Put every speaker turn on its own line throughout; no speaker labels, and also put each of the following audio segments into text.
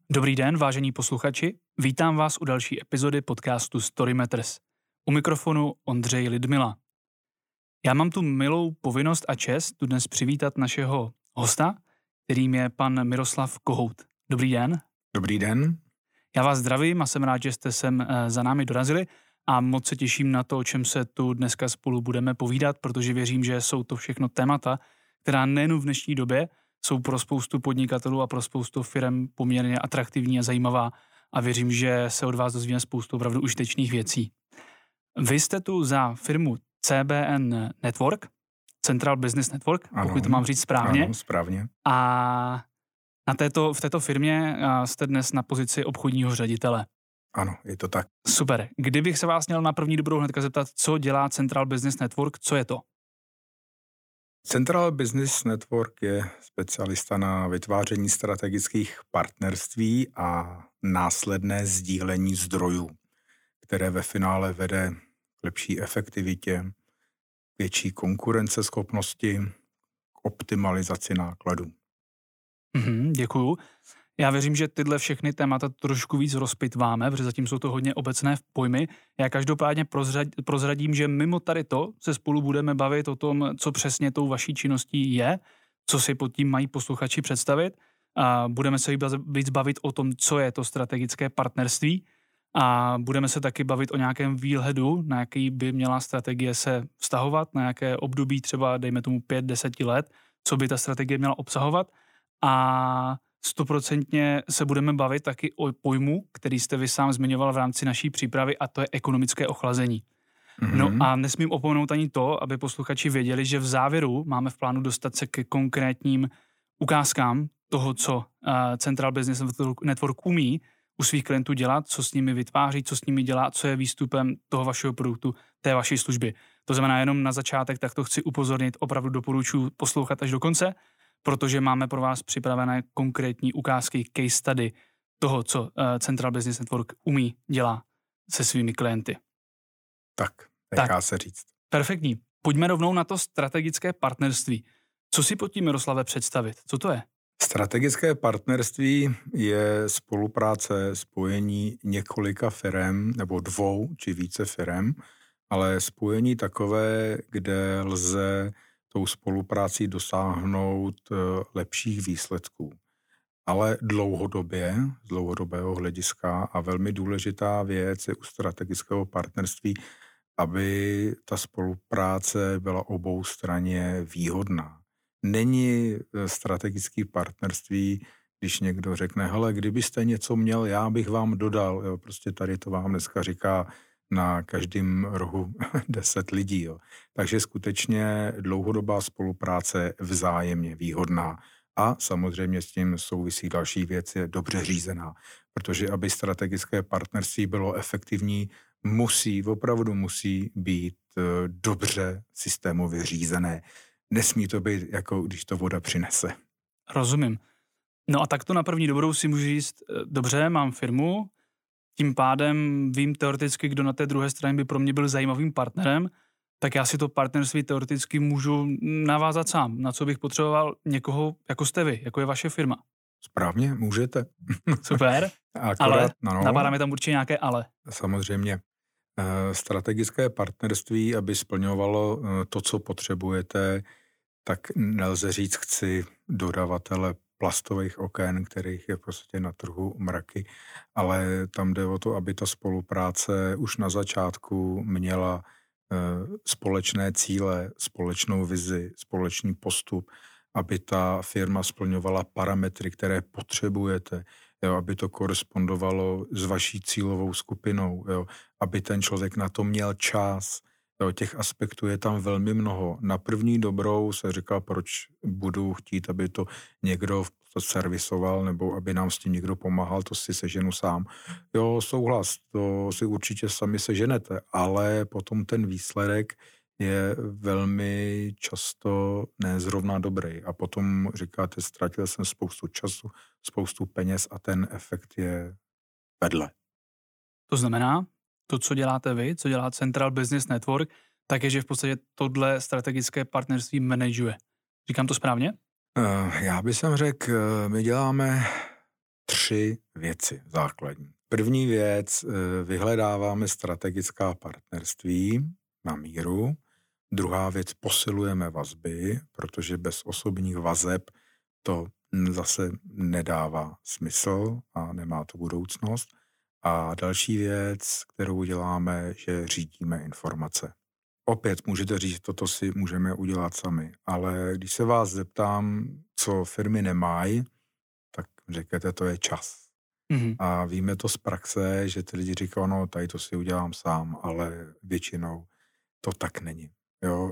Dobrý den, vážení posluchači. Vítám vás u další epizody podcastu Story Matters. U mikrofonu Ondřej Lidmila. Já mám tu milou povinnost a čest tu dnes přivítat našeho hosta, kterým je pan Miroslav Kohout. Dobrý den.
Dobrý den.
Já vás zdravím a jsem rád, že jste sem za námi dorazili a moc se těším na to, o čem se tu dneska spolu budeme povídat, protože věřím, že jsou to všechno témata, která nejen v dnešní době jsou pro spoustu podnikatelů a pro spoustu firem poměrně atraktivní a zajímavá a věřím, že se od vás dozvíme spoustu opravdu užitečných věcí. Vy jste tu za firmu CBN Network, Central Business Network,
ano,
pokud to mám říct správně.
Ano, správně.
A v této firmě jste dnes na pozici obchodního ředitele.
Ano, je to tak.
Super. Kdybych se vás měl na první dobrou hnedka zeptat, co dělá Central Business Network, co je to?
Central Business Network je specialista na vytváření strategických partnerství a následné sdílení zdrojů, které ve finále vede k lepší efektivitě, větší konkurenceschopnosti, k optimalizaci nákladů.
Děkuju. Já věřím, že tyhle všechny témata trošku víc rozpitváme, protože zatím jsou to hodně obecné pojmy. Já každopádně prozradím, že mimo tady to se spolu budeme bavit o tom, co přesně tou vaší činností je, co si pod tím mají posluchači představit. A budeme se víc bavit o tom, co je to strategické partnerství a budeme se taky bavit o nějakém výhledu, na jaký by měla strategie se vztahovat, na jaké období třeba, dejme tomu 5-10 let, co by ta strategie měla obsahovat a 100% se budeme bavit taky o pojmu, který jste vy sám zmiňoval v rámci naší přípravy a to je ekonomické ochlazení. No a nesmím opomenout ani to, aby posluchači věděli, že v závěru máme v plánu dostat se ke konkrétním ukázkám toho, co Central Business Network umí u svých klientů dělat, co s nimi vytváří, co s nimi dělá, co je výstupem toho vašeho produktu, té vaší služby. To znamená jenom na začátek, tak to chci upozornit, opravdu doporučuji poslouchat až do konce, protože máme pro vás připravené konkrétní ukázky, case study toho, co Central Business Network umí, dělá se svými klienty.
Tak, nechá se říct.
Perfektní. Pojďme rovnou na to strategické partnerství. Co si pod tím, Miroslave, představit? Co to je?
Strategické partnerství je spolupráce, spojení několika firem nebo 2 či více firem, ale spojení takové, kde lze tou spoluprácí dosáhnout lepších výsledků. Ale dlouhodobě, z dlouhodobého hlediska a velmi důležitá věc je u strategického partnerství, aby ta spolupráce byla oboustranně výhodná. Není strategické partnerství, když někdo řekne, hele, kdybyste něco měl, já bych vám dodal. Jo, prostě tady to vám dneska říká na každém rohu 10 lidí. Jo. Takže skutečně dlouhodobá spolupráce vzájemně výhodná. A samozřejmě s tím souvisí další věc, je dobře řízená. Protože aby strategické partnerství bylo efektivní, opravdu musí být dobře systémově řízené. Nesmí to být, jako když to voda přinese.
Rozumím. No a tak to na první dobrou si můžu říct, dobře, mám firmu, tím pádem vím teoreticky, kdo na té druhé straně by pro mě byl zajímavým partnerem, tak já si to partnerství teoreticky můžu navázat sám. Na co bych potřeboval někoho, jako jste vy, jako je vaše firma.
Správně, můžete.
Super, ale napadá mi tam určitě nějaké ale.
Samozřejmě. Strategické partnerství, aby splňovalo to, co potřebujete, tak nelze říct, chci dodavatele plastových oken, kterých je prostě na trhu mraky, ale tam jde o to, aby ta spolupráce už na začátku měla společné cíle, společnou vizi, společný postup, aby ta firma splňovala parametry, které potřebujete, jo, aby to korespondovalo s vaší cílovou skupinou, jo, aby ten člověk na to měl čas. Jo, těch aspektů je tam velmi mnoho. Na první dobrou se říká, proč budu chtít, aby to někdo to servisoval, nebo aby nám s tím někdo pomáhal, to si seženu sám. Jo, souhlas, to si určitě sami seženete, ale potom ten výsledek je velmi často nezrovna dobrý. A potom říkáte, ztratil jsem spoustu času, spoustu peněz a ten efekt je vedle.
To znamená, to, co děláte vy, co dělá Central Business Network, tak je, že v podstatě tohle strategické partnerství manažuje. Říkám to správně?
Já bych řekl, my děláme 3 věci základní. První věc, vyhledáváme strategická partnerství na míru. Druhá věc, posilujeme vazby, protože bez osobních vazeb to zase nedává smysl a nemá to budoucnost. A další věc, kterou děláme, že řídíme informace. Opět můžete říct, toto si můžeme udělat sami, ale když se vás zeptám, co firmy nemají, tak řeknete, to je čas.
Mhm.
A víme to z praxe, že ty lidi říkají, no tady to si udělám sám, ale většinou to tak není. Jo,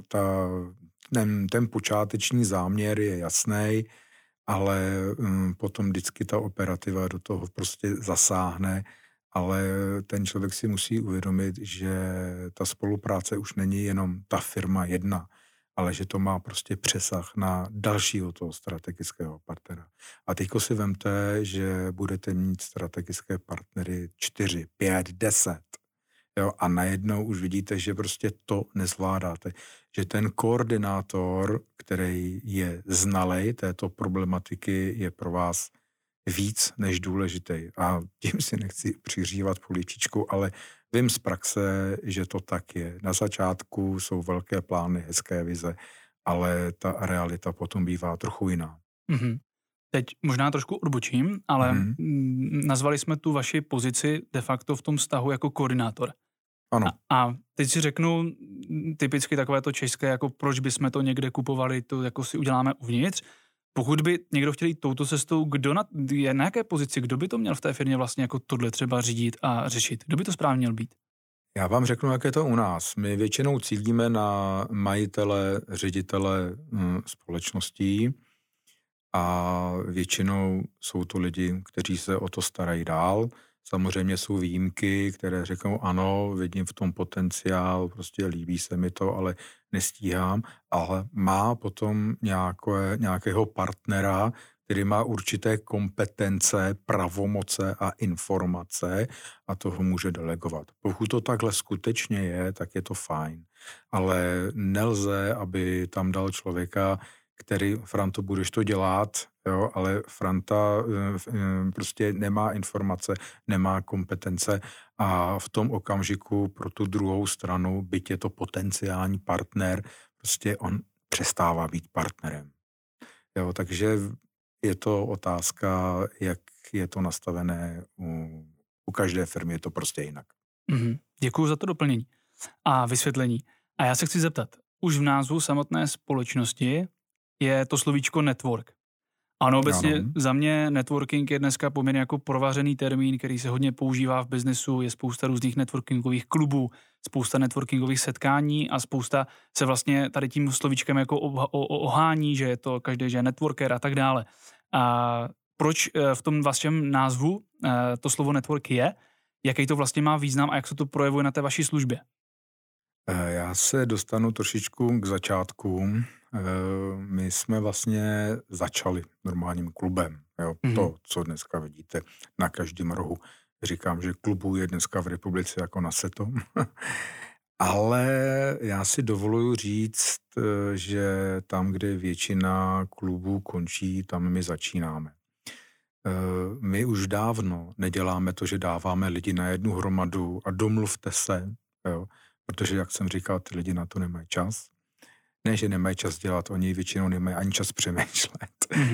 ten počáteční záměr je jasný, ale potom vždycky ta operativa do toho prostě zasáhne, ale ten člověk si musí uvědomit, že ta spolupráce už není jenom ta firma jedna, ale že to má prostě přesah na dalšího toho strategického partnera. A teďko si vemte, že budete mít strategické partnery 4, 5, 10. Jo, a najednou už vidíte, že prostě to nezvládáte. Že ten koordinátor, který je znalej této problematiky, je pro vás víc než důležitý. A tím si nechci přiřívat políčičku, ale vím z praxe, že to tak je. Na začátku jsou velké plány, hezké vize, ale ta realita potom bývá trochu jiná.
Mhm. Teď možná trošku odbočím, ale nazvali jsme tu vaši pozici de facto v tom vztahu jako koordinátor.
Ano.
A teď si řeknu typicky takové to české, jako proč bychom to někde kupovali, to jako si uděláme uvnitř. Pokud by někdo chtěl jít touto cestou, je na jaké pozici, kdo by to měl v té firmě vlastně jako tohle třeba řídit a řešit? Kdo by to správně měl být?
Já vám řeknu, jak je to u nás. My většinou cílíme na majitele, ředitele společností a většinou jsou to lidi, kteří se o to starají dál. Samozřejmě jsou výjimky, které řeknou ano, vidím v tom potenciál, prostě líbí se mi to, ale nestíhám, ale má potom nějakého partnera, který má určité kompetence, pravomoce a informace a toho může delegovat. Pokud to takhle skutečně je, tak je to fajn. Ale nelze, aby tam dal člověka, který, Franto, budeš to dělat, jo, ale Franta prostě nemá informace, nemá kompetence a v tom okamžiku pro tu druhou stranu, byť je to potenciální partner, prostě on přestává být partnerem. Jo, takže je to otázka, jak je to nastavené u každé firmy, je to prostě jinak.
Děkuju za to doplnění a vysvětlení. A já se chci zeptat, už v názvu samotné společnosti je to slovíčko network. Ano, obecně za mě networking je dneska poměrně jako provařený termín, který se hodně používá v biznesu, je spousta různých networkingových klubů, spousta networkingových setkání a spousta se vlastně tady tím slovíčkem jako ohání, že je to každý, že je networker a tak dále. A proč v tom vašem názvu to slovo network je? Jaký to vlastně má význam a jak se to projevuje na té vaší službě?
Já se dostanu trošičku k začátkům. My jsme vlastně začali normálním klubem. Jo? To, co dneska vidíte na každém rohu. Říkám, že klubů je dneska v republice jako na seto. Ale já si dovoluji říct, že tam, kde většina klubů končí, tam my začínáme. My už dávno neděláme to, že dáváme lidi na jednu hromadu a domluvte se, jo? Protože, jak jsem říkal, ty lidi na to nemají čas. Ne, že nemají čas dělat, oni většinou nemají ani čas přemýšlet.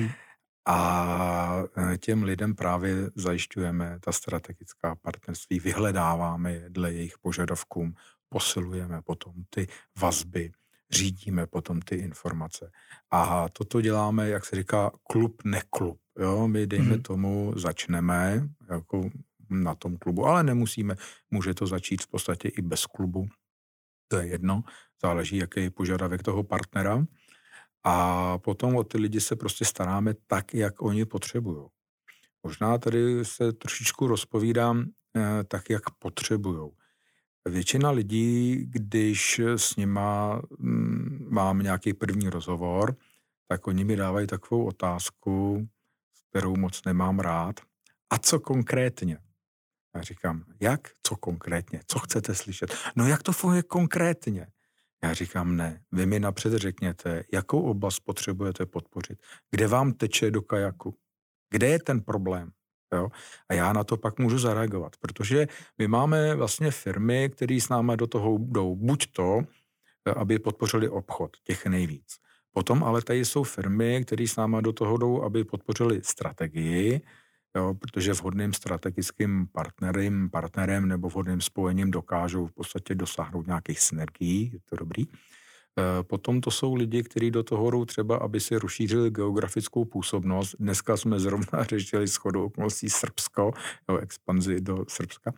A těm lidem právě zajišťujeme ta strategická partnerství, vyhledáváme je dle jejich požadavkům, posilujeme potom ty vazby, řídíme potom ty informace. A toto děláme, jak se říká, klub, neklub. Jo? My, dejme tomu, začneme jako na tom klubu, ale nemusíme, může to začít v podstatě i bez klubu. To je jedno, záleží, jaký je požadavek toho partnera. A potom o ty lidi se prostě staráme tak, jak oni potřebují. Možná tady se trošičku rozpovídám tak, jak potřebují. Většina lidí, když s nima mám nějaký první rozhovor, tak oni mi dávají takovou otázku, kterou moc nemám rád. A co konkrétně? Já říkám, jak? Co konkrétně? Co chcete slyšet? No jak to funguje konkrétně? Já říkám, ne. Vy mi napřed řekněte, jakou oblast potřebujete podpořit. Kde vám teče do kajaku? Kde je ten problém? Jo? A já na to pak můžu zareagovat, protože my máme vlastně firmy, které s námi do toho jdou buď to, aby podpořili obchod, těch nejvíc. Potom ale tady jsou firmy, které s námi do toho jdou, aby podpořili strategii, jo, protože vhodným strategickým partnerem nebo vhodným spojením dokážou v podstatě dosáhnout nějakých synergií, je to dobrý. Potom to jsou lidi, kteří do toho jdou třeba, aby si rozšířili geografickou působnost. Dneska jsme zrovna řešili shodou okolností Srbsko, jo, expanzi do Srbska.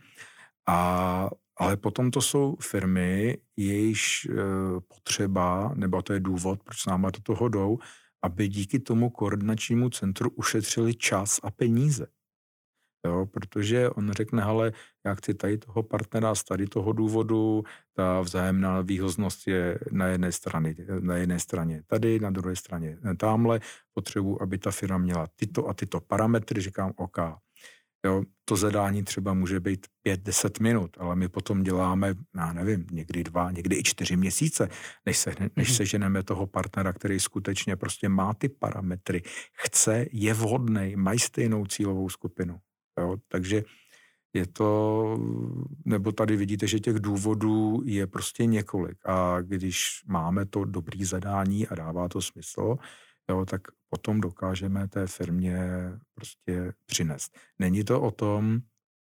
Ale potom to jsou firmy, jejichž potřeba, nebo to je důvod, proč s náma do toho jdou, aby díky tomu koordinačnímu centru ušetřili čas a peníze. Jo, protože on řekne, hele, já chci tady toho partnera z tady toho důvodu, ta vzájemná výhoznost je na jedné straně tady, na druhé straně tamhle, potřebuji, aby ta firma měla tyto a tyto parametry, říkám, OK. Jo, to zadání třeba může být 5-10 minut, ale my potom děláme, já nevím, někdy 2, někdy i 4 měsíce, než seženeme toho partnera, který skutečně prostě má ty parametry, je vhodný, mají stejnou cílovou skupinu. Jo, takže je to, nebo tady vidíte, že těch důvodů je prostě několik a když máme to dobrý zadání a dává to smysl, jo, tak potom dokážeme té firmě prostě přinést. Není to o tom,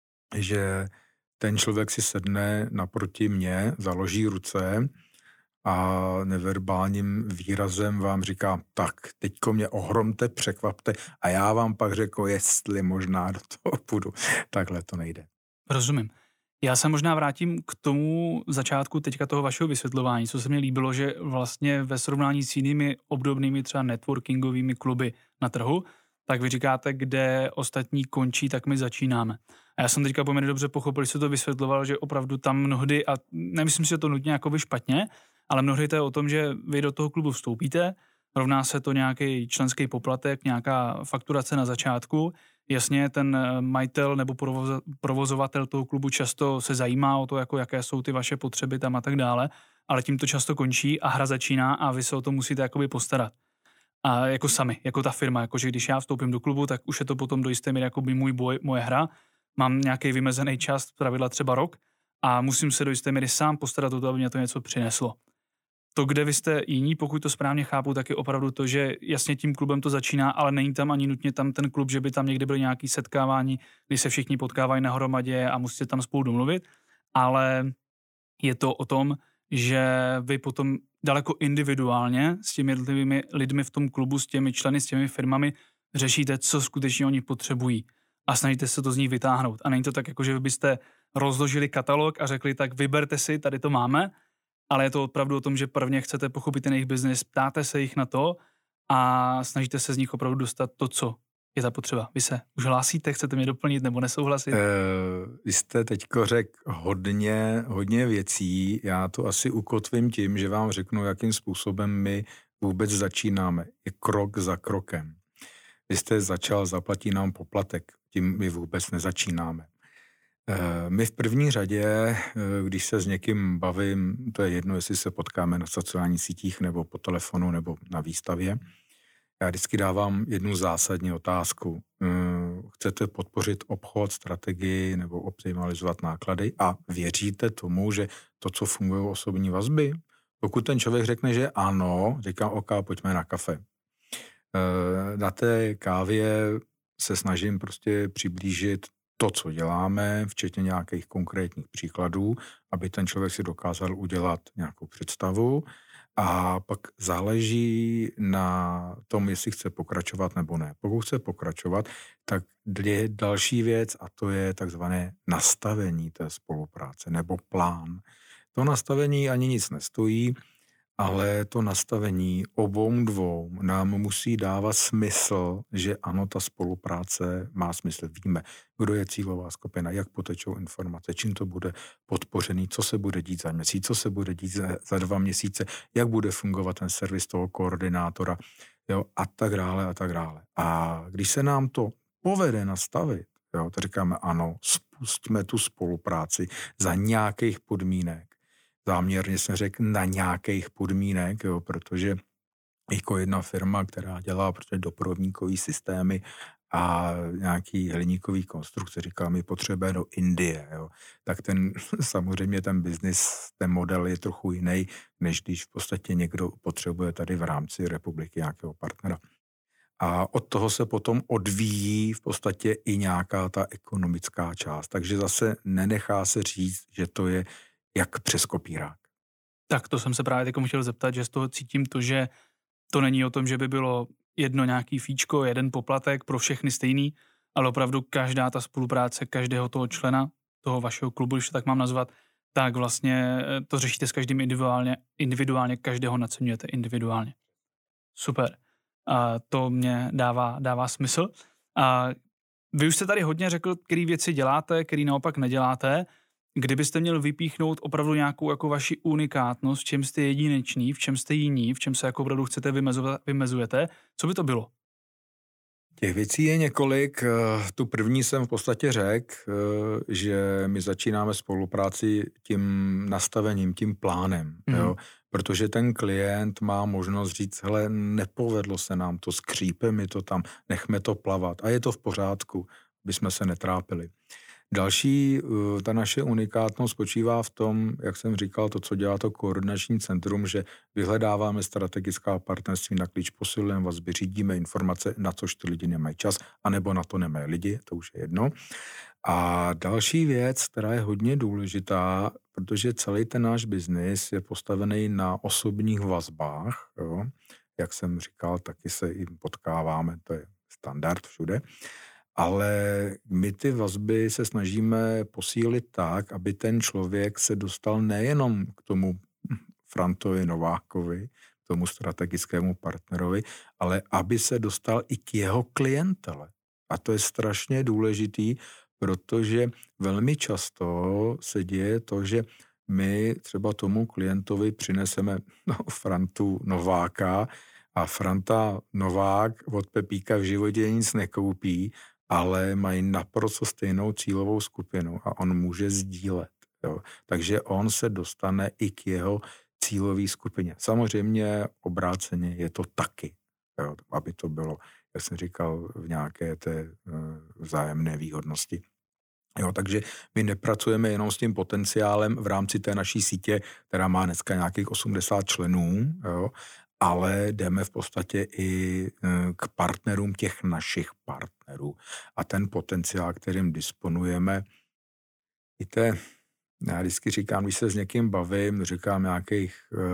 že ten člověk si sedne naproti mě, založí ruce a neverbálním výrazem vám říká, tak teďko mě ohromte, překvapte a já vám pak řeknu, jestli možná do toho půjdu. Takhle to nejde.
Rozumím. Já se možná vrátím k tomu začátku teďka toho vašeho vysvětlování, co se mi líbilo, že vlastně ve srovnání s jinými obdobnými třeba networkingovými kluby na trhu, tak vy říkáte, kde ostatní končí, tak my začínáme. A já jsem teďka poměrně dobře pochopil, že se to vysvětloval, že opravdu tam mnohdy, a nemyslím si, že to nutně jako špatně, ale mnohdy to je o tom, že vy do toho klubu vstoupíte, rovná se to nějaký členský poplatek, nějaká fakturace na začátku. Jasně, ten majitel nebo provozovatel toho klubu často se zajímá o to, jako jaké jsou ty vaše potřeby tam a tak dále, ale tím to často končí a hra začíná a vy se o to musíte jakoby postarat. A jako sami, jako ta firma, jakože když já vstoupím do klubu, tak už je to potom do jisté míry jakoby můj boj, moje hra. Mám nějaký vymezený čas, pravidla třeba rok a musím se do jisté míry sám postarat o to, aby mě to něco přineslo. To, kde vy jste jiní, pokud to správně chápu, tak je opravdu to, že jasně tím klubem to začíná, ale není tam ani nutně tam ten klub, že by tam někdy byly nějaké setkávání, kdy se všichni potkávají na hromadě a musíte tam spolu domluvit, ale je to o tom, že vy potom daleko individuálně s těmi jednotlivými lidmi v tom klubu, s těmi členy, s těmi firmami řešíte, co skutečně oni potřebují a snažíte se to z nich vytáhnout. A není to tak, jako že vy byste rozložili katalog a řekli, tak vyberte si, tady to máme, ale je to opravdu o tom, že prvně chcete pochopit ten jejich biznis, ptáte se jich na to a snažíte se z nich opravdu dostat to, co je ta potřeba. Vy se už hlásíte, chcete mě doplnit nebo nesouhlasit?
Vy jste teďko řekl hodně věcí. Já to asi ukotvím tím, že vám řeknu, jakým způsobem my vůbec začínáme. Je krok za krokem. Vy jste začal, zaplatí nám poplatek. Tím my vůbec nezačínáme. My v první řadě, když se s někým bavím, to je jedno, jestli se potkáme na sociálních sítích nebo po telefonu nebo na výstavě, já vždycky dávám jednu zásadní otázku. Chcete podpořit obchod, strategii nebo optimalizovat náklady a věříte tomu, že to, co fungují osobní vazby? Pokud ten člověk řekne, že ano, říkám, OK, pojďme na kafe. Na té kávě se snažím prostě přiblížit to, co děláme, včetně nějakých konkrétních příkladů, aby ten člověk si dokázal udělat nějakou představu a pak záleží na tom, jestli chce pokračovat nebo ne. Pokud chce pokračovat, tak je další věc a to je takzvané nastavení té spolupráce nebo plán. To nastavení ani nic nestojí, ale to nastavení dvou nám musí dávat smysl, že ano, ta spolupráce má smysl. Víme, kdo je cílová skupina, jak potečou informace, čím to bude podpořený, co se bude dít za měsíc, co se bude dít za 2 měsíce, jak bude fungovat ten servis toho koordinátora, jo, a tak dále, a tak dále. A když se nám to povede nastavit, jo, tak říkáme ano, spustíme tu spolupráci za nějakých podmínek. Záměrně jsem řekl na nějakých podmínek, jo, protože jako jedna firma, která dělá prostě doprovodníkové systémy a nějaký hliníkový konstrukce, říkal, my potřebujeme do Indie, jo. Tak ten samozřejmě ten biznis, ten model je trochu jiný, než když v podstatě někdo potřebuje tady v rámci republiky nějakého partnera. A od toho se potom odvíjí v podstatě i nějaká ta ekonomická část. Takže zase nenechá se říct, že to je jak přes kopírák.
Tak to jsem se právě teď chtěl zeptat, že z toho cítím to, že to není o tom, že by bylo jedno nějaký fíčko, jeden poplatek pro všechny stejný, ale opravdu každá ta spolupráce, každého toho člena, toho vašeho klubu, když to tak mám nazvat, tak vlastně to řešíte s každým individuálně každého naceňujete individuálně. Super. A to mě dává smysl. A vy už jste tady hodně řekl, který věci děláte, který naopak neděláte. Kdybyste měl vypíchnout opravdu nějakou jako vaši unikátnost, v čem jste jedineční, v čem jste jiní, v čem se jako opravdu chcete vymezujete, co by to bylo?
Těch věcí je několik. Tu první jsem v podstatě řekl, že my začínáme spolupráci tím nastavením, tím plánem. Jo? Protože ten klient má možnost říct, hele, nepovedlo se nám to, skřípe mi to tam, nechme to plavat. A je to v pořádku, aby jsme se netrápili. Další, ta naše unikátnost spočívá v tom, jak jsem říkal, to, co dělá to koordinační centrum, že vyhledáváme strategická partnerství na klíč, posilujeme vazby, řídíme informace, na což ty lidi nemají čas, anebo na to nemají lidi, to už je jedno. A další věc, která je hodně důležitá, protože celý ten náš biznis je postavený na osobních vazbách, jo? Jak jsem říkal, taky se jim potkáváme, to je standard všude. Ale my ty vazby se snažíme posílit tak, aby ten člověk se dostal nejenom k tomu Frantovi Novákovi, k tomu strategickému partnerovi, ale aby se dostal i k jeho klientele. A to je strašně důležitý, protože velmi často se děje to, že my třeba tomu klientovi přineseme Frantu Nováka a Franta Novák od Pepíka v životě nic nekoupí, ale mají naprosto stejnou cílovou skupinu a on může sdílet. Jo. Takže on se dostane i k jeho cílové skupině. Samozřejmě obráceně je to taky, jo, aby to bylo, jak jsem říkal, v nějaké té vzájemné výhodnosti. Jo, takže my nepracujeme jenom s tím potenciálem v rámci té naší sítě, která má dneska nějakých 80 členů, jo, ale jdeme v podstatě i k partnerům těch našich partnerů. A ten potenciál, kterým disponujeme, víte, já vždycky říkám, když se s někým bavím, říkám nějakých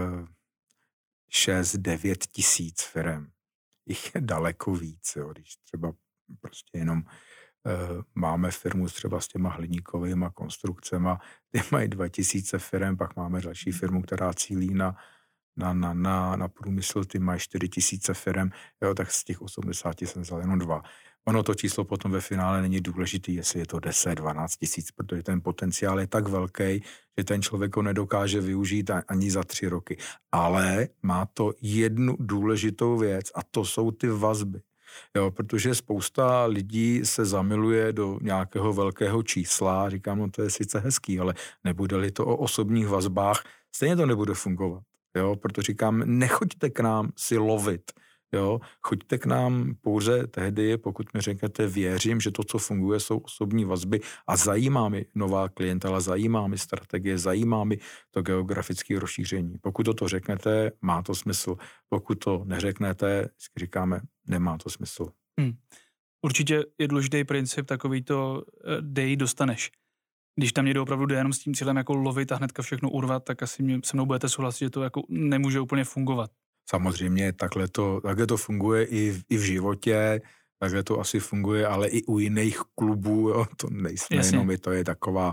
6-9 tisíc firem. Jich je daleko víc, jo, když třeba prostě jenom máme firmu třeba s těma hliníkovými konstrukcemi, ty mají 2000 firem, pak máme další firmu, která cílí na průmysl, ty mají 4000 firem, jo, tak z těch 80 jsem vzal jenom 2. Ono to číslo potom ve finále není důležitý, jestli je to 10-12 tisíc, protože ten potenciál je tak velký, že ten člověk ho nedokáže využít ani za 3 roky. Ale má to jednu důležitou věc a to jsou ty vazby. Jo, protože spousta lidí se zamiluje do nějakého velkého čísla, říkám, no to je sice hezký, ale nebude-li to o osobních vazbách, stejně to nebude fungovat. Jo, proto říkám, nechoďte k nám si lovit, jo, choďte k nám pouze tehdy, pokud mi řeknete, věřím, že to, co funguje, jsou osobní vazby a zajímá mi nová klientela, zajímá mi strategie, zajímá mi to geografické rozšíření. Pokud to řeknete, má to smysl. Pokud to neřeknete, říkáme, nemá to smysl.
Určitě je důležitý princip takový to dej, dostaneš. Když tam někdo opravdu jde jenom s tím cílem jako lovit a hnedka všechno urvat, tak asi se mnou budete souhlasit, že to jako nemůže úplně fungovat.
Samozřejmě takhle to funguje i v životě, takhle to asi funguje, ale i u jiných klubů, jo, to nejsme jenom my, to je taková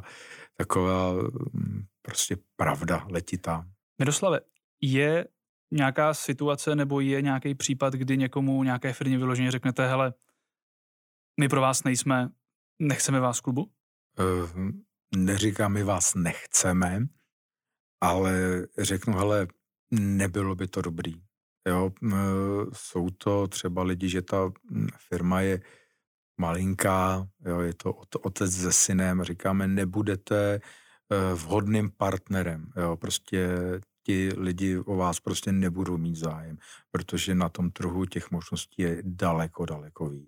prostě pravda letitá.
Miroslave, je nějaká situace nebo je nějaký případ, kdy někomu, nějaké firmě vyloženě řeknete, hele, my pro vás nejsme, nechceme vás v klubu?
Neříkám, my vás nechceme, ale řeknu, hele, nebylo by to dobrý. Jo, jsou to třeba lidi, že ta firma je malinká, jo, je to otec se synem, říkáme, nebudete vhodným partnerem, jo, prostě ti lidi o vás prostě nebudou mít zájem, protože na tom trhu těch možností je daleko víc.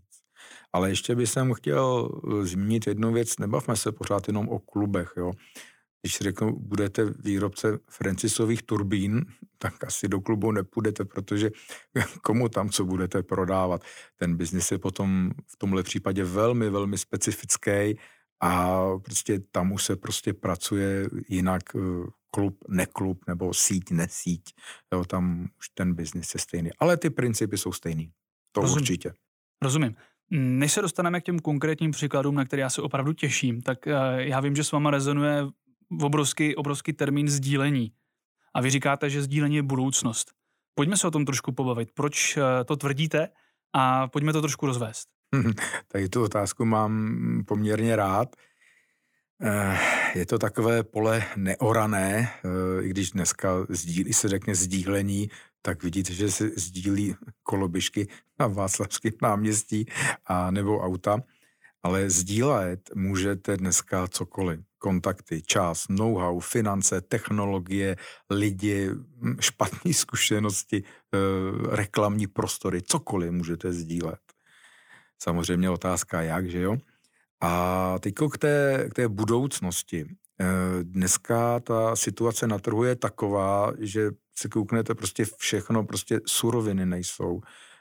Ale ještě bych chtěl zmínit jednu věc, nebavme se pořád jenom o klubech, jo. Když řeknu, budete výrobce Francisových turbín, tak asi do klubu nepůjdete, protože komu tam co budete prodávat. Ten biznis je potom v tomhle případě velmi, velmi specifický a prostě tam už se prostě pracuje jinak klub, neklub nebo síť, nesíť. Jo, tam už ten biznis je stejný. Ale ty principy jsou stejný. To určitě.
Rozumím. Než se dostaneme k těm konkrétním příkladům, na které já se opravdu těším, tak já vím, že s váma rezonuje obrovský termín sdílení. A vy říkáte, že sdílení je budoucnost. Pojďme se o tom trošku pobavit. Proč to tvrdíte a pojďme to trošku rozvést.
Tady tu otázku mám poměrně rád. Je to takové pole neorané, i když dneska se řekne sdílení, tak vidíte, že se sdílí koloběžky na Václavském náměstí a nebo auta, ale sdílet můžete dneska cokoliv. Kontakty, čas, know-how, finance, technologie, lidi, špatné zkušenosti, reklamní prostory, cokoliv můžete sdílet. Samozřejmě otázka jak, že jo? A teď k té budoucnosti. Dneska ta situace na trhu je taková, že si kouknete prostě všechno, prostě suroviny nejsou.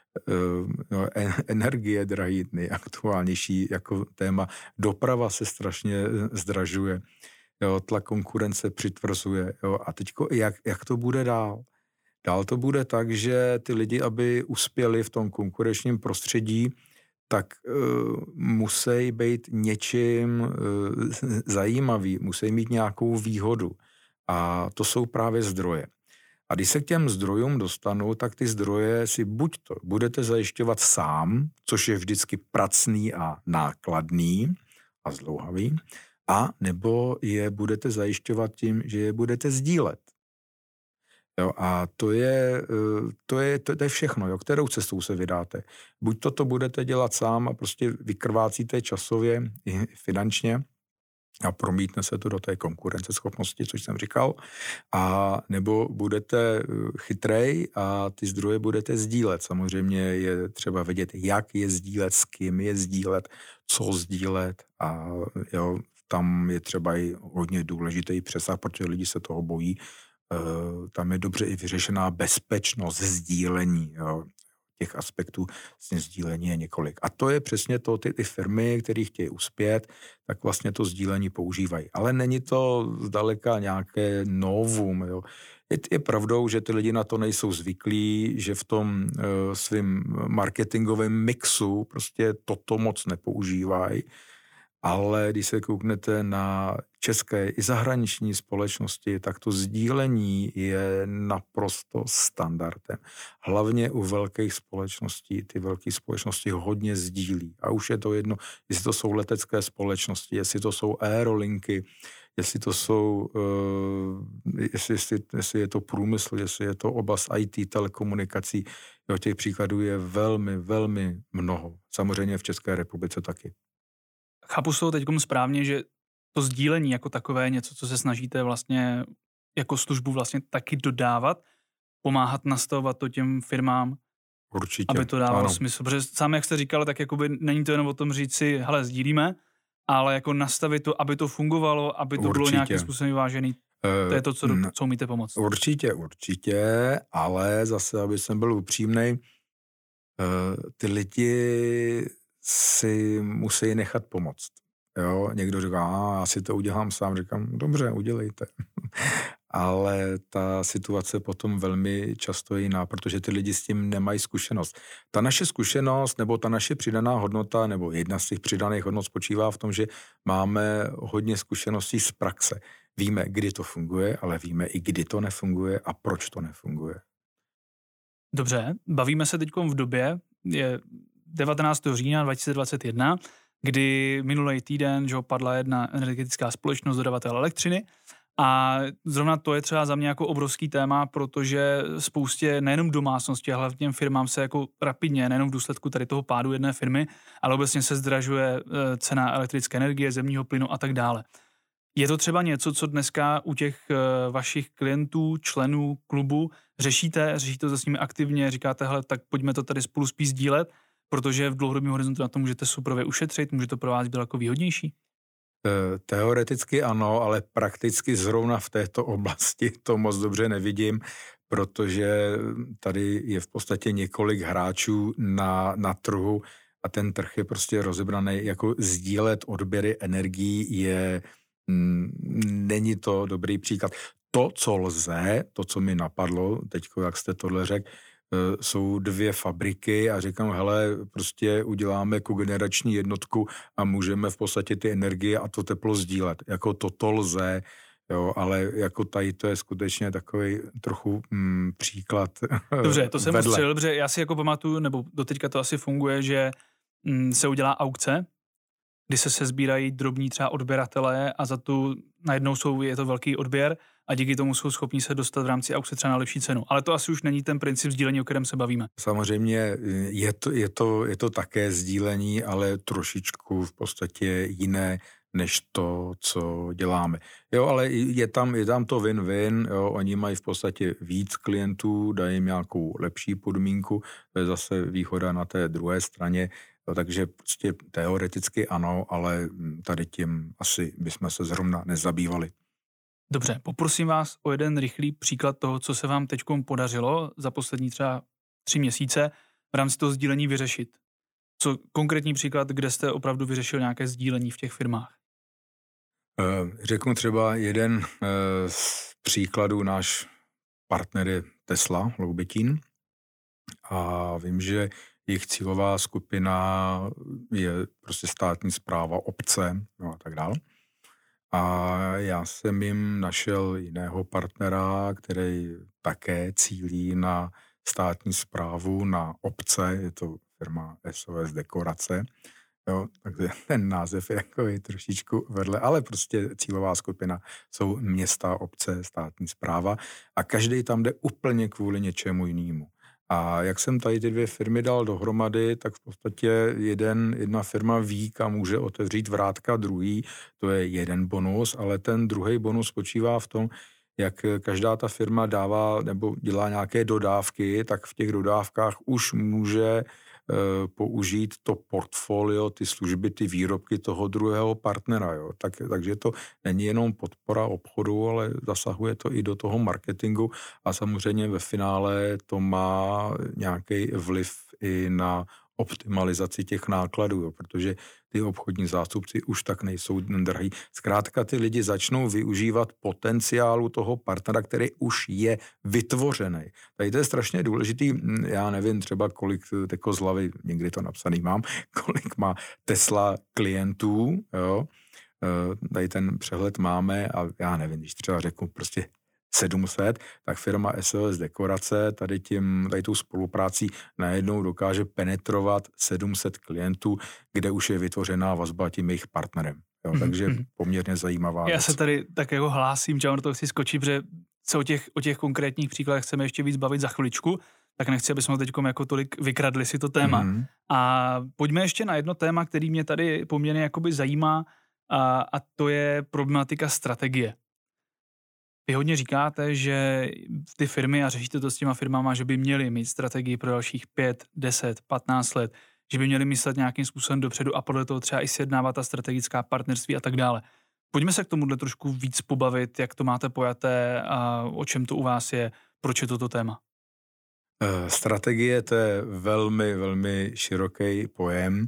Energie drahý, nejaktuálnější jako téma. Doprava se strašně zdražuje. Jo, tlak konkurence přitvrzuje. Jo, a teďko jak to bude dál? Dál to bude tak, že ty lidi, aby uspěli v tom konkurenčním prostředí, tak musí být něčím zajímavý, musí mít nějakou výhodu. A to jsou právě zdroje. A když se k těm zdrojům dostanu, tak ty zdroje si buď to budete zajišťovat sám, což je vždycky pracný a nákladný a zdlouhavý, a nebo je budete zajišťovat tím, že je budete sdílet. Jo, a to je všechno, jo, kterou cestou se vydáte. Buď to budete dělat sám a prostě vykrvácíte časově i finančně a promítne se to do té konkurenceschopnosti, což jsem říkal, a nebo budete chytrej a ty zdroje budete sdílet. Samozřejmě je třeba vědět, jak je sdílet, s kým je sdílet, co sdílet a jo, tam je třeba i hodně důležitý přesah, protože lidi se toho bojí. Tam je dobře i vyřešená bezpečnost sdílení, jo. Těch aspektů sdílení je několik. A to je přesně to, ty firmy, které chtějí uspět, tak vlastně to sdílení používají. Ale není to zdaleka nějaké novum. Jo. Je pravdou, že ty lidi na to nejsou zvyklí, že v tom svým marketingovém mixu prostě toto moc nepoužívají. Ale když se kouknete na české i zahraniční společnosti, tak to sdílení je naprosto standardem. Hlavně u velkých společností, ty velké společnosti hodně sdílí. A už je to jedno, jestli to jsou letecké společnosti, jestli to jsou aerolinky, jestli to jsou, jestli je to průmysl, jestli je to oblast IT, telekomunikací. Jo, těch příkladů je velmi, velmi mnoho. Samozřejmě v České republice taky.
Chápu z toho teďkom správně, že to sdílení jako takové je něco, co se snažíte vlastně jako službu vlastně taky dodávat, pomáhat nastavovat to těm firmám,
určitě,
aby to dávalo
ano.
smysl. Protože sám, jak jste říkal, tak jakoby není to jenom o tom říct si, hele, sdílíme, ale jako nastavit to, aby to fungovalo, aby to bylo nějakým způsobem vyvážený. To je to, co umíte pomoct.
Určitě, ale zase, aby jsem byl upřímnej, ty lidi si musí nechat pomoct. Jo? Někdo říká, já si to udělám sám, říkám, dobře, udělejte. Ale ta situace potom velmi často je jiná, protože ty lidi s tím nemají zkušenost. Ta naše zkušenost nebo ta naše přidaná hodnota nebo jedna z těch přidaných hodnot spočívá v tom, že máme hodně zkušeností z praxe. Víme, kdy to funguje, ale víme i kdy to nefunguje a proč to nefunguje.
Dobře, bavíme se teďkom v době, je 19. října 2021, kdy minulý týden padla jedna energetická společnost dodavatel elektřiny a zrovna to je třeba za mě jako obrovský téma, protože spoustě nejenom domácností, ale hlavně firmám se jako rapidně, nejenom v důsledku tady toho pádu jedné firmy, ale obecně se zdražuje cena elektrické energie, zemního plynu a tak dále. Je to třeba něco, co dneska u těch vašich klientů, členů klubu řešíte to s nimi aktivně, říkáte, hele, tak pojďme to tady spolu spíš sdílet, protože v dlouhodobém horizontu na to můžete suprově ušetřit, může to pro vás být jako výhodnější?
Teoreticky ano, ale prakticky zrovna v této oblasti to moc dobře nevidím, protože tady je v podstatě několik hráčů na trhu a ten trh je prostě rozebraný. Jako sdílet odběry energií není to dobrý příklad. To, co lze, to, co mi napadlo, teďko, jak jste tohle řekl, jsou 2 fabriky a říkám, hele, prostě uděláme kogenerační jednotku a můžeme v podstatě ty energie a to teplo sdílet. Jako toto lze, jo, ale jako tady to je skutečně takový trochu příklad.
Dobře, to jsem ustřelil, protože já si jako pamatuju, nebo doteďka to asi funguje, že se udělá aukce, kdy se sbírají drobní třeba odběratelé a za tu najednou je to velký odběr a díky tomu jsou schopni se dostat v rámci aukce třeba na lepší cenu. Ale to asi už není ten princip sdílení, o kterém se bavíme.
Samozřejmě je to také sdílení, ale trošičku v podstatě jiné, než to, co děláme. Jo, ale je tam to win-win, jo, oni mají v podstatě víc klientů, dají jim nějakou lepší podmínku, to je zase výhoda na té druhé straně, jo, takže prostě teoreticky ano, ale tady tím asi bychom se zrovna nezabývali.
Dobře, poprosím vás o jeden rychlý příklad toho, co se vám teďkom podařilo za poslední třeba 3 měsíce v rámci toho sdílení vyřešit. Co konkrétní příklad, kde jste opravdu vyřešil nějaké sdílení v těch firmách?
Řeknu třeba jeden z příkladů, náš partner je Tesla, Loubetín, a vím, že jejich cílová skupina je prostě státní správa, obce, no a tak dále. A já jsem jim našel jiného partnera, který také cílí na státní správu, na obce, je to firma SOS Dekorace. Jo, takže ten název je jako trošičku vedle, ale prostě cílová skupina jsou města, obce, státní správa a každý tam jde úplně kvůli něčemu jinému. A jak jsem tady ty 2 firmy dal dohromady, tak v podstatě jedna firma ví, kam může otevřít vrátka druhý, to je jeden bonus, ale ten druhý bonus spočívá v tom, jak každá ta firma dává nebo dělá nějaké dodávky, tak v těch dodávkách už může použít to portfolio, ty služby, ty výrobky toho druhého partnera. Jo. Takže to není jenom podpora obchodu, ale zasahuje to i do toho marketingu a samozřejmě ve finále to má nějaký vliv i na optimalizaci těch nákladů, jo, protože ty obchodní zástupci už tak nejsou drahý. Zkrátka ty lidi začnou využívat potenciálu toho partnera, který už je vytvořený. Tady to je strašně důležitý, já nevím třeba kolik teko z hlavy, někdy to napsaný mám, kolik má Tesla klientů, jo. Tady ten přehled máme a já nevím, když třeba řeknu prostě 700, tak firma SOS Dekorace tady tou spoluprácí najednou dokáže penetrovat 700 klientů, kde už je vytvořená vazba tím jejich partnerem. Jo, takže poměrně zajímavá věc.
Já se tady tak jako hlásím, že on to chci skočit, protože se o těch konkrétních příkladech chceme ještě víc bavit za chviličku, tak nechci, aby jsme teď jako tolik vykradli si to téma. A pojďme ještě na jedno téma, který mě tady poměrně jakoby zajímá a to je problematika strategie. Vy hodně říkáte, že ty firmy, a řešíte to s těma firmama, že by měly mít strategii pro dalších 5, 10, 15 let, že by měly myslet nějakým způsobem dopředu a podle toho třeba i sjednávat ta strategická partnerství a tak dále. Pojďme se k tomuhle trošku víc pobavit, jak to máte pojaté a o čem to u vás je, proč je toto téma.
Strategie to je velmi, velmi široký pojem.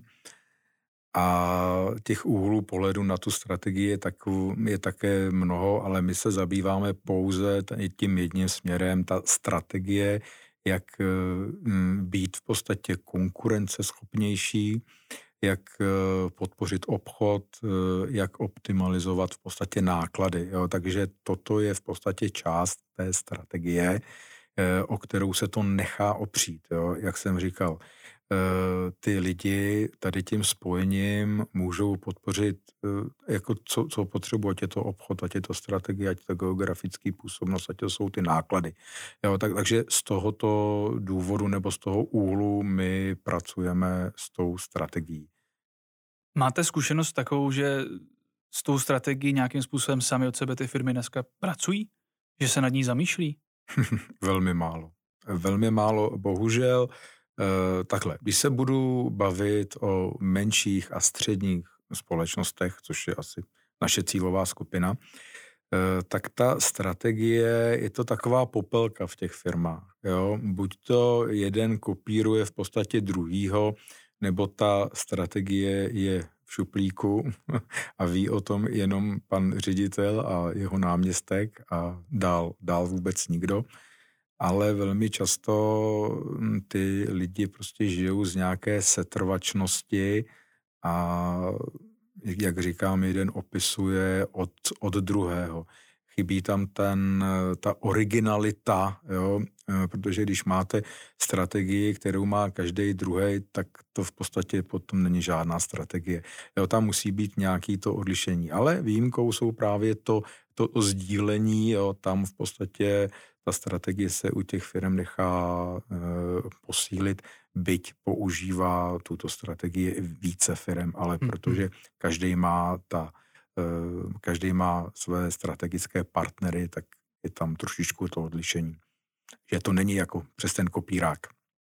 A těch úhlů pohledu na tu strategii je také mnoho, ale my se zabýváme pouze tím jedním směrem, ta strategie, jak být v podstatě konkurenceschopnější, jak podpořit obchod, jak optimalizovat v podstatě náklady. Jo? Takže toto je v podstatě část té strategie, o kterou se to nechá opřít. Jo? Jak jsem říkal, ty lidi tady tím spojením můžou podpořit, jako co potřebují, ať je to obchod, ať je to strategie, ať je to geografický působnost, ať to jsou ty náklady. Jo, takže z tohoto důvodu nebo z toho úhlu my pracujeme s tou strategií.
Máte zkušenost takovou, že s tou strategií nějakým způsobem sami od sebe ty firmy dneska pracují? Že se nad ní zamýšlí?
Velmi málo. Velmi málo, bohužel. Takhle, když se budu bavit o menších a středních společnostech, což je asi naše cílová skupina, tak ta strategie je to taková popelka v těch firmách. Jo? Buď to jeden kopíruje v podstatě druhýho, nebo ta strategie je v šuplíku a ví o tom jenom pan ředitel a jeho náměstek a dál vůbec nikdo. Ale velmi často ty lidi prostě žijou z nějaké setrvačnosti a jak říkám, jeden opisuje od druhého. Chybí tam ta originalita, jo? Protože když máte strategii, kterou má každý druhý, tak to v podstatě potom není žádná strategie. Jo, tam musí být nějaký to odlišení. Ale výjimkou jsou právě to sdílení, jo? Tam v podstatě ta strategie se u těch firm nechá posílit, byť používá tuto strategii více firm, ale protože každý má své strategické partnery, tak je tam trošičku to odlišení. Že to není jako přes ten kopírák.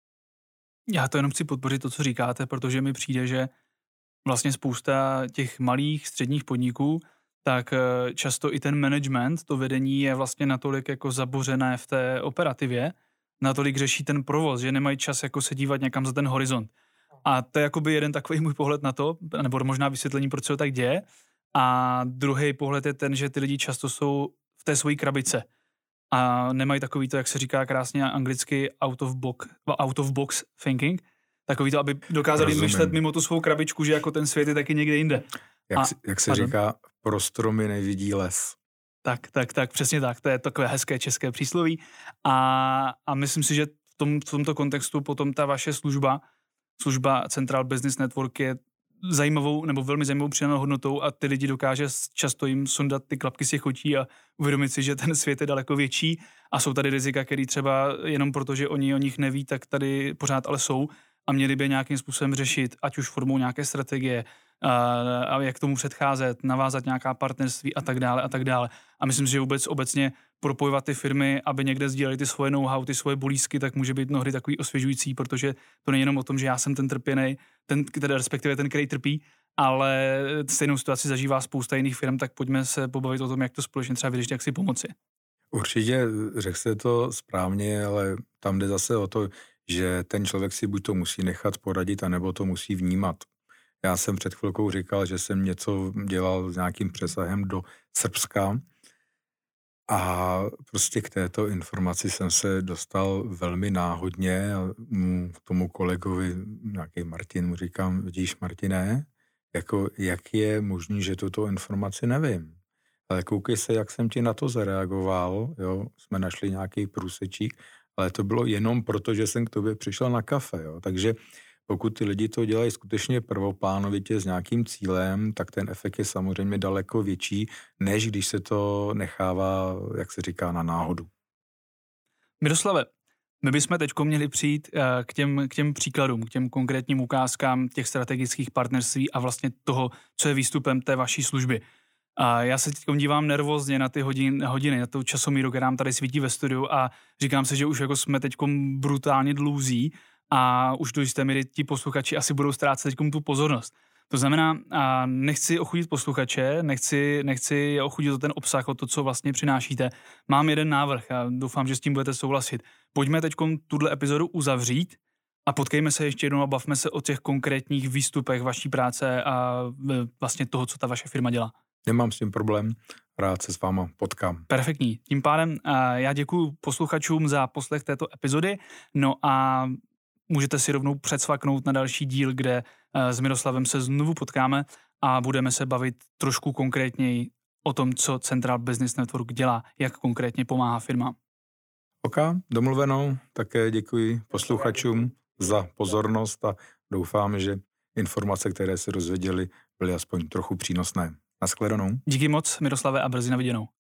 Já to jenom chci podpořit to, co říkáte, protože mi přijde, že vlastně spousta těch malých, středních podniků, tak často i ten management, to vedení je vlastně natolik jako zabořené v té operativě, natolik řeší ten provoz, že nemají čas jako se dívat někam za ten horizont. A to je jakoby jeden takový můj pohled na to, nebo možná vysvětlení, proč se to tak děje. A druhý pohled je ten, že ty lidi často jsou v té svojí krabice a nemají takový to, jak se říká krásně anglicky out of box thinking, takový to, aby dokázali myšlet mimo tu svou krabičku, že jako ten svět je taky někde jinde.
Jak se říká, pro stromy nevidí les.
Tak, přesně tak, to je takové hezké české přísloví a myslím si, že v tomto kontextu potom ta vaše služba Central Business Network je zajímavou nebo velmi zajímavou přidanou hodnotou a ty lidi dokáže často jim sundat ty klapky z těch očí a uvědomit si, že ten svět je daleko větší a jsou tady rizika, které třeba jenom proto, že oni o nich neví, tak tady pořád ale jsou a měli by nějakým způsobem řešit, ať už formou nějaké strategie, a jak tomu předcházet, navázat nějaká partnerství a tak dále a tak dále. A myslím si, že vůbec obecně propojovat ty firmy, aby někde sdíleli ty svoje know-how, ty svoje bolízky, tak může být mnohdy takový osvěžující, protože to není jenom o tom, že já jsem ten trpěnej, respektive ten, který trpí, ale stejnou situaci zažívá spousta jiných firm, tak pojďme se pobavit o tom, jak to společně třeba vyřešit, jak si pomoci.
Určitě řekl jste to správně, ale tam jde zase o to, že ten člověk si buď to musí nechat poradit, anebo to musí vnímat. Já jsem před chvilkou říkal, že jsem něco dělal s nějakým přesahem do Srbska a prostě k této informaci jsem se dostal velmi náhodně a k tomu kolegovi, nějaký Martin, mu říkám, vidíš Martine, jako jak je možný, že tuto informaci nevím. Ale koukej se, jak jsem ti na to zareagoval, jo, jsme našli nějaký průsečík, ale to bylo jenom proto, že jsem k tobě přišel na kafe, jo, takže pokud ty lidi to dělají skutečně prvoplánovitě s nějakým cílem, tak ten efekt je samozřejmě daleko větší, než když se to nechává, jak se říká, na náhodu.
Miroslave, my bychom teď měli přijít k těm příkladům, k těm konkrétním ukázkám těch strategických partnerství a vlastně toho, co je výstupem té vaší služby. A já se teď dívám nervózně na ty hodiny, na tu časomíru, která nám tady svítí ve studiu a říkám si, že už jako jsme teď brutálně dluzí a už do jisté míry ti posluchači asi budou ztrácet teď tu pozornost. To znamená, nechci ochudit posluchače, nechci je ochudit o ten obsah, o to, co vlastně přinášíte. Mám jeden návrh a doufám, že s tím budete souhlasit. Pojďme teď tuhle epizodu uzavřít a potkejme se ještě jednou a bavme se o těch konkrétních výstupech vaší práce a vlastně toho, co ta vaše firma dělá.
Nemám s tím problém, rád se s váma potkám.
Perfektní. Tím pádem já děkuji posluchačům za poslech této epizody, no a můžete si rovnou předsvaknout na další díl, kde s Miroslavem se znovu potkáme a budeme se bavit trošku konkrétněji o tom, co Central Business Network dělá, jak konkrétně pomáhá firmám.
OK, domluvenou. Také děkuji posluchačům za pozornost a doufám, že informace, které se dozvěděli, byly aspoň trochu přínosné. Naschledanou.
Díky moc, Miroslave, a brzy na viděnou.